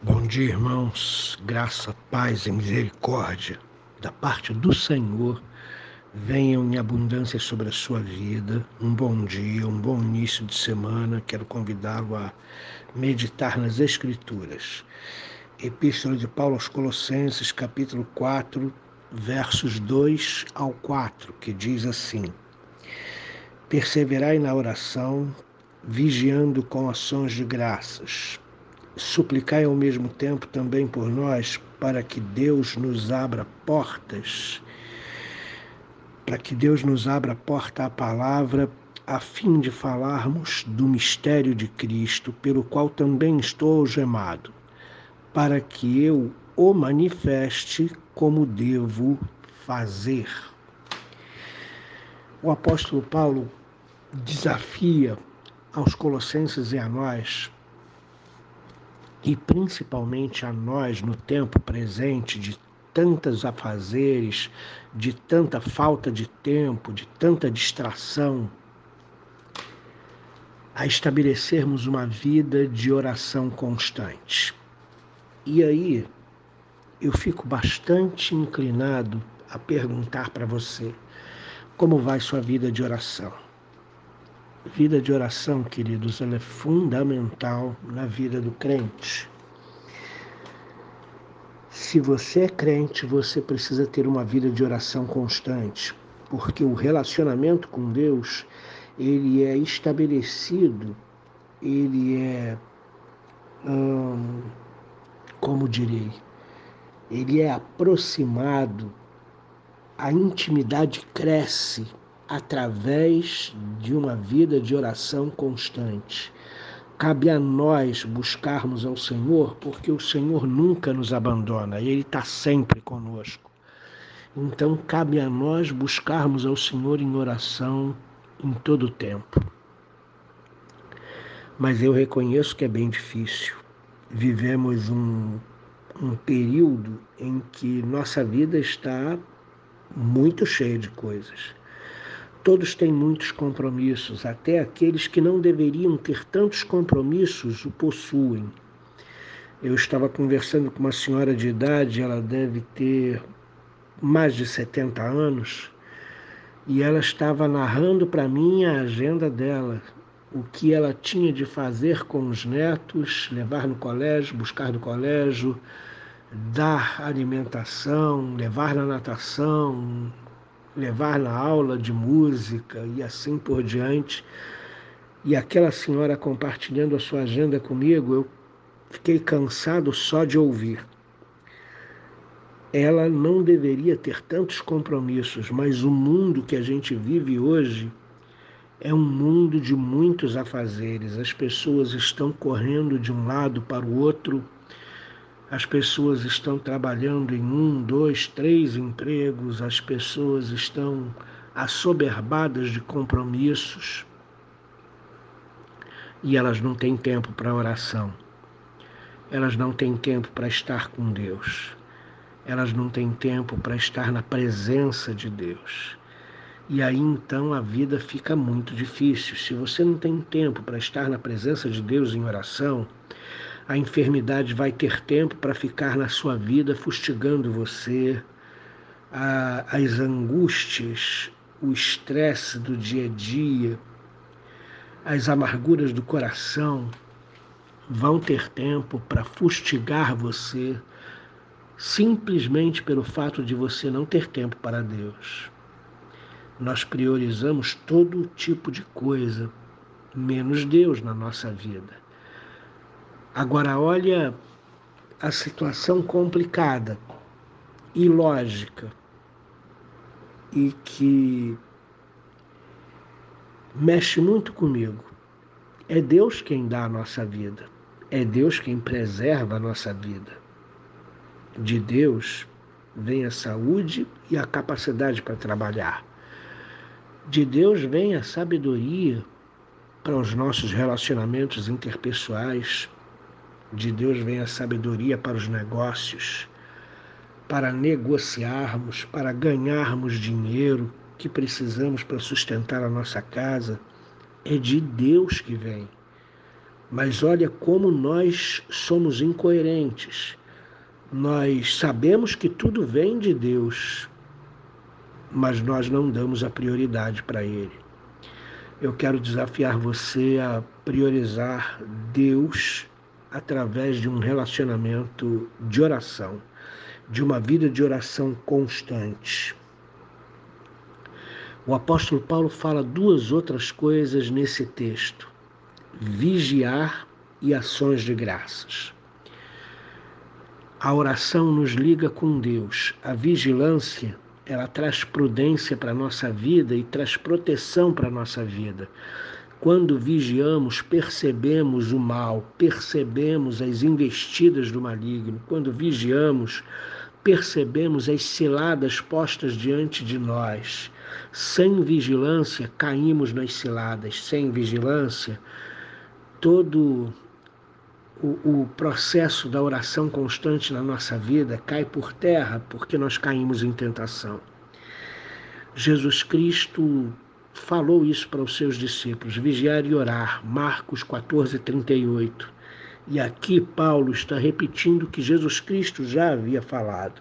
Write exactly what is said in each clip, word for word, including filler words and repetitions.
Bom dia, irmãos. Graça, paz e misericórdia da parte do Senhor venham em abundância sobre a sua vida. Um bom dia, um bom início de semana. Quero convidá-lo a meditar nas Escrituras. Epístola de Paulo aos Colossenses, capítulo quatro, versos dois ao quatro, que diz assim: Perseverai na oração, vigiando com ações de graças. Suplicai ao mesmo tempo também por nós, para que Deus nos abra portas, para que Deus nos abra a porta à palavra, a fim de falarmos do mistério de Cristo, pelo qual também estou algemado, para que eu o manifeste como devo fazer. O apóstolo Paulo desafia aos colossenses e a nós, e principalmente a nós no tempo presente, de tantos afazeres, de tanta falta de tempo, de tanta distração, a estabelecermos uma vida de oração constante. E aí eu fico bastante inclinado a perguntar para você: como vai sua vida de oração? Vida de oração, queridos, ela é fundamental na vida do crente. Se você é crente, você precisa ter uma vida de oração constante, porque o relacionamento com Deus, ele é estabelecido, ele é, hum, como direi, ele é aproximado, a intimidade cresce através de uma vida de oração constante. Cabe a nós buscarmos ao Senhor, porque o Senhor nunca nos abandona, Ele está sempre conosco. Então, cabe a nós buscarmos ao Senhor em oração em todo o tempo. Mas eu reconheço que é bem difícil. Vivemos um, um período em que nossa vida está muito cheia de coisas. Todos têm muitos compromissos, até aqueles que não deveriam ter tantos compromissos o possuem. Eu estava conversando com uma senhora de idade, ela deve ter mais de setenta anos, e ela estava narrando para mim a agenda dela, o que ela tinha de fazer com os netos, levar no colégio, buscar no colégio, dar alimentação, levar na natação, levar na aula de música e assim por diante. E aquela senhora compartilhando a sua agenda comigo, eu fiquei cansado só de ouvir. Ela não deveria ter tantos compromissos, mas o mundo que a gente vive hoje é um mundo de muitos afazeres. As pessoas estão correndo de um lado para o outro, as pessoas estão trabalhando em um, dois, três empregos, as pessoas estão assoberbadas de compromissos e elas não têm tempo para oração. Elas não têm tempo para estar com Deus. Elas não têm tempo para estar na presença de Deus. E aí então a vida fica muito difícil. Se você não tem tempo para estar na presença de Deus em oração, a enfermidade vai ter tempo para ficar na sua vida fustigando você, a, as angústias, o estresse do dia a dia, as amarguras do coração vão ter tempo para fustigar você, simplesmente pelo fato de você não ter tempo para Deus. Nós priorizamos todo tipo de coisa, menos Deus na nossa vida. Agora, olha a situação complicada, ilógica, e que mexe muito comigo. É Deus quem dá a nossa vida. É Deus quem preserva a nossa vida. De Deus vem a saúde e a capacidade para trabalhar. De Deus vem a sabedoria para os nossos relacionamentos interpessoais. De Deus vem a sabedoria para os negócios, para negociarmos, para ganharmos dinheiro que precisamos para sustentar a nossa casa. É de Deus que vem. Mas olha como nós somos incoerentes. Nós sabemos que tudo vem de Deus, mas nós não damos a prioridade para Ele. Eu quero desafiar você a priorizar Deus através de um relacionamento de oração, de uma vida de oração constante. O apóstolo Paulo fala duas outras coisas nesse texto: vigiar e ações de graças. A oração nos liga com Deus. A vigilância, ela traz prudência para a nossa vida e traz proteção para a nossa vida. Quando vigiamos, percebemos o mal, percebemos as investidas do maligno. Quando vigiamos, percebemos as ciladas postas diante de nós. Sem vigilância, caímos nas ciladas. Sem vigilância, todo o, o processo da oração constante na nossa vida cai por terra porque nós caímos em tentação. Jesus Cristo falou isso para os seus discípulos: vigiar e orar, Marcos quatorze, trinta e oito. E aqui Paulo está repetindo o que Jesus Cristo já havia falado.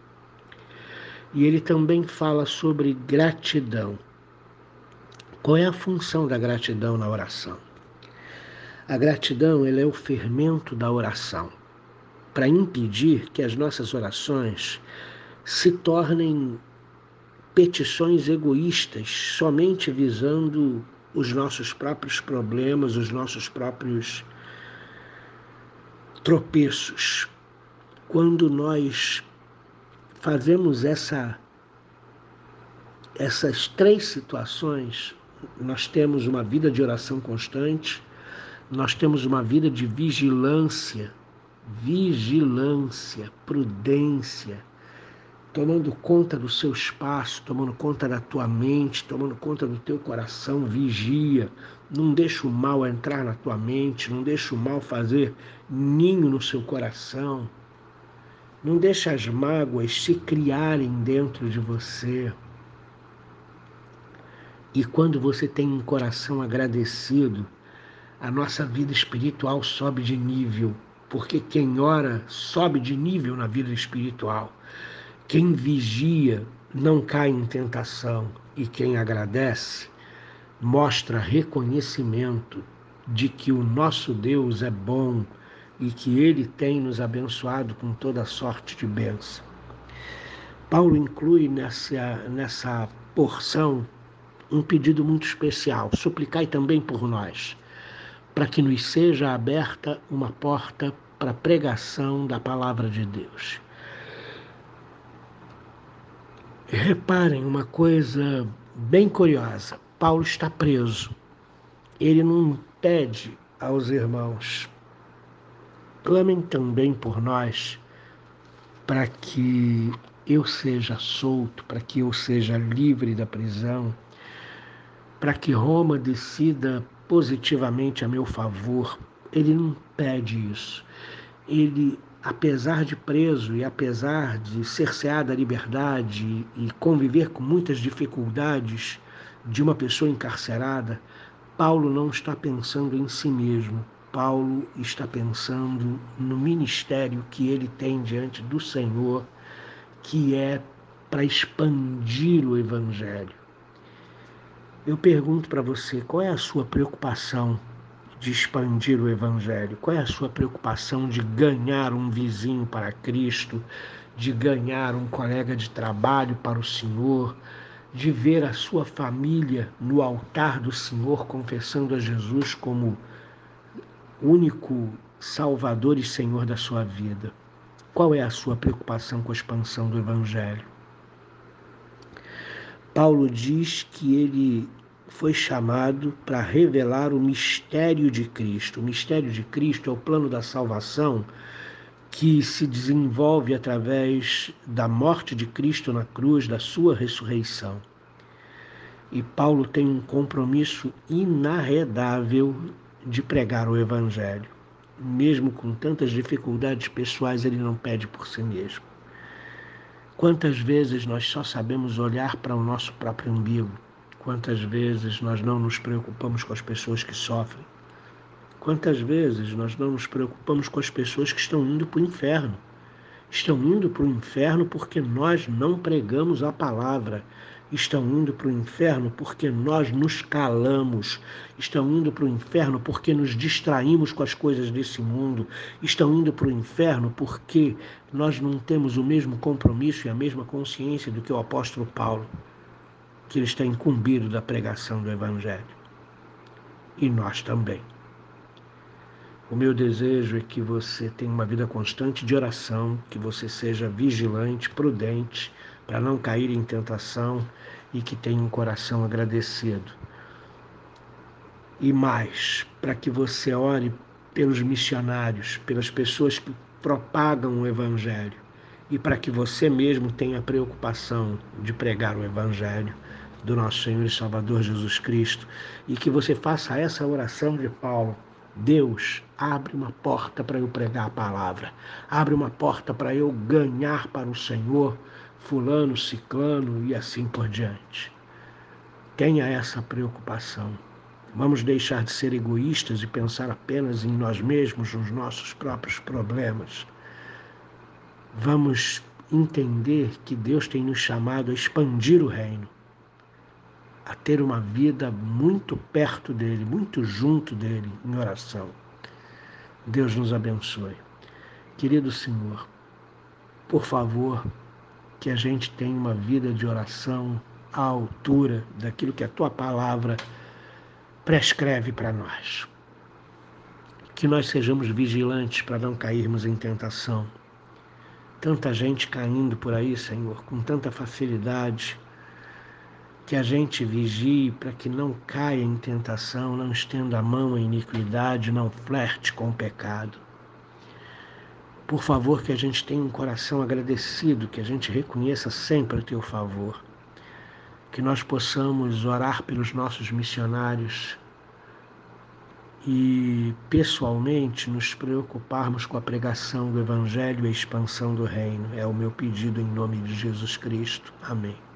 E ele também fala sobre gratidão. Qual é a função da gratidão na oração? A gratidão, ela é o fermento da oração, para impedir que as nossas orações se tornem petições egoístas, somente visando os nossos próprios problemas, os nossos próprios tropeços. Quando nós fazemos essa, essas três situações, nós temos uma vida de oração constante, nós temos uma vida de vigilância, vigilância, prudência, tomando conta do seu espaço, tomando conta da tua mente, tomando conta do teu coração. Vigia, não deixa o mal entrar na tua mente, não deixa o mal fazer ninho no seu coração, não deixa as mágoas se criarem dentro de você. E quando você tem um coração agradecido, a nossa vida espiritual sobe de nível, porque quem ora sobe de nível na vida espiritual. Quem vigia não cai em tentação, e quem agradece mostra reconhecimento de que o nosso Deus é bom e que Ele tem nos abençoado com toda sorte de bênção. Paulo inclui nessa, nessa porção um pedido muito especial: suplicai também por nós, para que nos seja aberta uma porta para a pregação da palavra de Deus. Reparem uma coisa bem curiosa: Paulo está preso. Ele não pede aos irmãos: clamem também por nós, para que eu seja solto, para que eu seja livre da prisão, para que Roma decida positivamente a meu favor. Ele não pede isso. Ele, apesar de preso e apesar de cercear da liberdade e conviver com muitas dificuldades de uma pessoa encarcerada, Paulo não está pensando em si mesmo. Paulo está pensando no ministério que ele tem diante do Senhor, que é para expandir o Evangelho. Eu pergunto para você: qual é a sua preocupação de expandir o Evangelho? Qual é a sua preocupação de ganhar um vizinho para Cristo, de ganhar um colega de trabalho para o Senhor, de ver a sua família no altar do Senhor confessando a Jesus como único Salvador e Senhor da sua vida? Qual é a sua preocupação com a expansão do Evangelho? Paulo diz que ele foi chamado para revelar o mistério de Cristo. O mistério de Cristo é o plano da salvação que se desenvolve através da morte de Cristo na cruz, da sua ressurreição. E Paulo tem um compromisso inarredável de pregar o Evangelho. Mesmo com tantas dificuldades pessoais, ele não pede por si mesmo. Quantas vezes nós só sabemos olhar para o nosso próprio umbigo? Quantas vezes nós não nos preocupamos com as pessoas que sofrem? Quantas vezes nós não nos preocupamos com as pessoas que estão indo para o inferno? Estão indo para o inferno porque nós não pregamos a palavra. Estão indo para o inferno porque nós nos calamos. Estão indo para o inferno porque nos distraímos com as coisas desse mundo. Estão indo para o inferno porque nós não temos o mesmo compromisso e a mesma consciência do que o apóstolo Paulo, que ele está incumbido da pregação do Evangelho. E nós também. O meu desejo é que você tenha uma vida constante de oração, que você seja vigilante, prudente, para não cair em tentação e que tenha um coração agradecido. E mais, para que você ore pelos missionários, pelas pessoas que propagam o Evangelho e para que você mesmo tenha a preocupação de pregar o Evangelho do nosso Senhor e Salvador Jesus Cristo e que você faça essa oração de Paulo. Deus, abre uma porta para eu pregar a palavra, abre uma porta para eu ganhar para o Senhor fulano, ciclano e assim por diante. Tenha essa preocupação. Vamos deixar de ser egoístas e pensar apenas em nós mesmos, nos nossos próprios problemas. Vamos entender que Deus tem nos chamado a expandir o reino, a ter uma vida muito perto dele, muito junto dele, em oração. Deus nos abençoe. Querido Senhor, por favor, que a gente tenha uma vida de oração à altura daquilo que a Tua palavra prescreve para nós. Que nós sejamos vigilantes para não cairmos em tentação. Tanta gente caindo por aí, Senhor, com tanta facilidade, que a gente vigie para que não caia em tentação, não estenda a mão à iniquidade, não flerte com o pecado. Por favor, que a gente tenha um coração agradecido, que a gente reconheça sempre o Teu favor, que nós possamos orar pelos nossos missionários e, pessoalmente, nos preocuparmos com a pregação do Evangelho e a expansão do Reino. É o meu pedido em nome de Jesus Cristo. Amém.